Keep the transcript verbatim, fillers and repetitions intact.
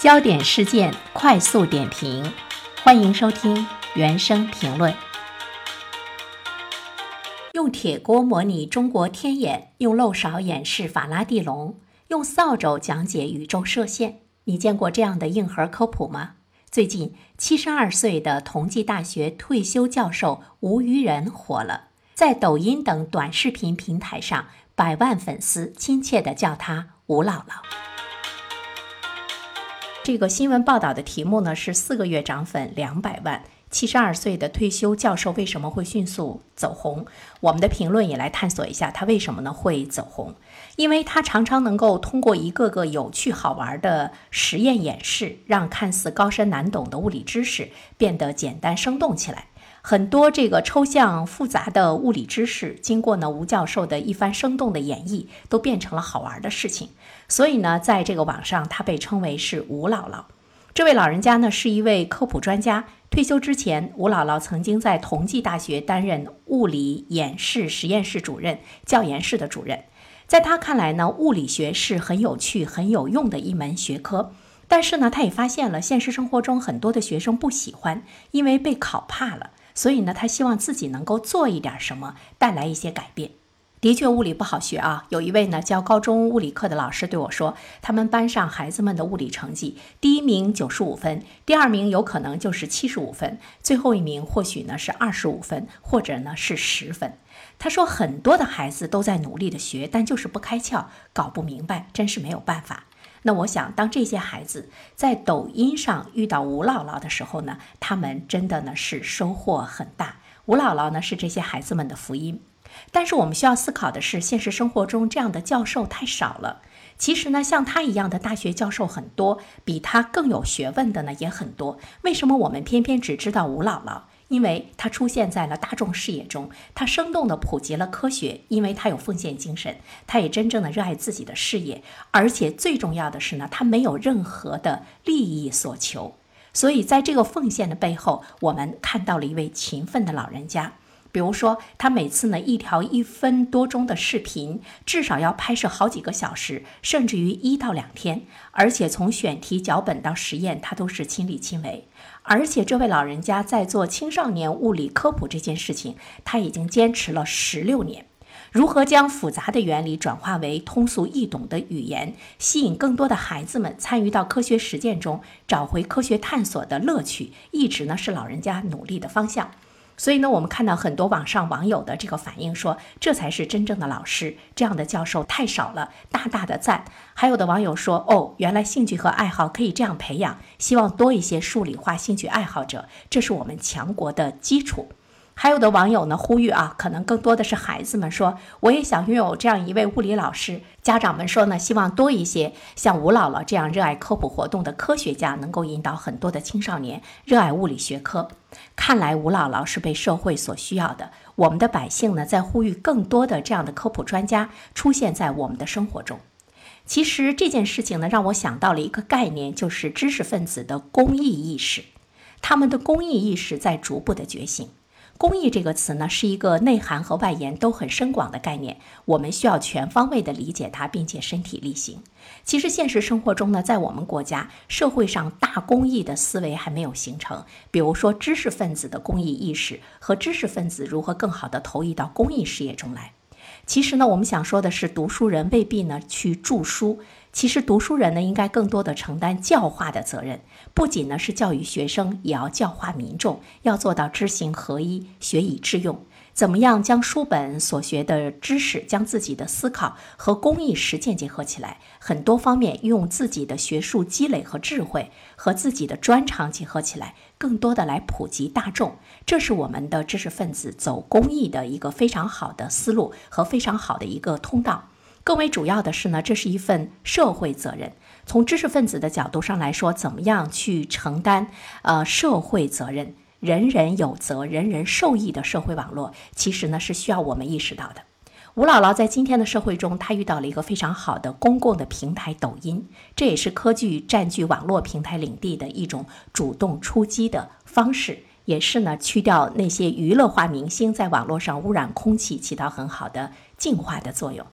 焦点事件快速点评，欢迎收听原声评论。用铁锅模拟中国天眼，用漏勺演示法拉第笼，用扫帚讲解宇宙射线，你见过这样的硬核科普吗？最近七十二岁的同济大学退休教授吴于仁火了，在抖音等短视频平台上，百万粉丝亲切地叫他吴姥姥。这个新闻报道的题目呢是四个月涨粉两百万，七十二岁的退休教授为什么会迅速走红？我们的评论也来探索一下他为什么呢会走红。因为他常常能够通过一个个有趣好玩的实验演示，让看似高深难懂的物理知识变得简单生动起来。很多这个抽象复杂的物理知识，经过呢吴教授的一番生动的演绎，都变成了好玩的事情。所以呢，在这个网上，他被称为是吴姥姥。这位老人家呢，是一位科普专家。退休之前，吴姥姥曾经在同济大学担任物理演示实验室主任、教研室的主任。在他看来呢，物理学是很有趣、很有用的一门学科。但是呢，他也发现了现实生活中很多的学生不喜欢，因为被考怕了。所以呢，他希望自己能够做一点什么，带来一些改变。的确，物理不好学啊。有一位呢教高中物理课的老师对我说，他们班上孩子们的物理成绩，第一名九十五分，第二名有可能就是七十五分，最后一名或许呢是二十五分，或者呢是十分。他说很多的孩子都在努力的学，但就是不开窍，搞不明白，真是没有办法。那我想，当这些孩子在抖音上遇到吴姥姥的时候呢，他们真的呢是收获很大。吴姥姥呢是这些孩子们的福音。但是我们需要思考的是，现实生活中这样的教授太少了。其实呢，像他一样的大学教授很多，比他更有学问的呢也很多。为什么我们偏偏只知道吴姥姥？因为他出现在了大众视野中，他生动地普及了科学，因为他有奉献精神，他也真正的热爱自己的事业，而且最重要的是呢，他没有任何的利益所求。所以在这个奉献的背后，我们看到了一位勤奋的老人家。比如说，他每次呢一条一分多钟的视频，至少要拍摄好几个小时，甚至于一到两天，而且从选题脚本到实验，他都是亲力亲为。而且这位老人家在做青少年物理科普这件事情，他已经坚持了十六年。如何将复杂的原理转化为通俗易懂的语言，吸引更多的孩子们参与到科学实践中，找回科学探索的乐趣，一直呢是老人家努力的方向。所以呢，我们看到很多网上网友的这个反应说，这才是真正的老师，这样的教授太少了，大大的赞。还有的网友说，哦，原来兴趣和爱好可以这样培养，希望多一些数理化兴趣爱好者，这是我们强国的基础。还有的网友呢呼吁啊，可能更多的是孩子们说，我也想拥有这样一位物理老师。家长们说呢，希望多一些像吴姥姥这样热爱科普活动的科学家，能够引导很多的青少年热爱物理学科。看来吴姥姥是被社会所需要的，我们的百姓呢在呼吁更多的这样的科普专家出现在我们的生活中。其实这件事情呢，让我想到了一个概念，就是知识分子的公益意识，他们的公益意识在逐步的觉醒。公益这个词呢，是一个内涵和外延都很深广的概念，我们需要全方位的理解它，并且身体力行。其实现实生活中呢，在我们国家社会上大公益的思维还没有形成，比如说知识分子的公益意识和知识分子如何更好的投入到公益事业中来。其实呢，我们想说的是，读书人未必呢去著书，其实读书人呢应该更多的承担教化的责任，不仅呢是教育学生，也要教化民众，要做到知行合一，学以致用。怎么样将书本所学的知识，将自己的思考和公益实践结合起来，很多方面用自己的学术积累和智慧和自己的专长结合起来，更多的来普及大众，这是我们的知识分子走公益的一个非常好的思路和非常好的一个通道。更为主要的是呢，这是一份社会责任。从知识分子的角度上来说，怎么样去承担呃社会责任，人人有责，人人受益的社会网络，其实呢是需要我们意识到的。吴姥姥在今天的社会中，她遇到了一个非常好的公共的平台抖音，这也是科技占据网络平台领地的一种主动出击的方式，也是呢去掉那些娱乐化明星在网络上污染空气，起到很好的净化的作用。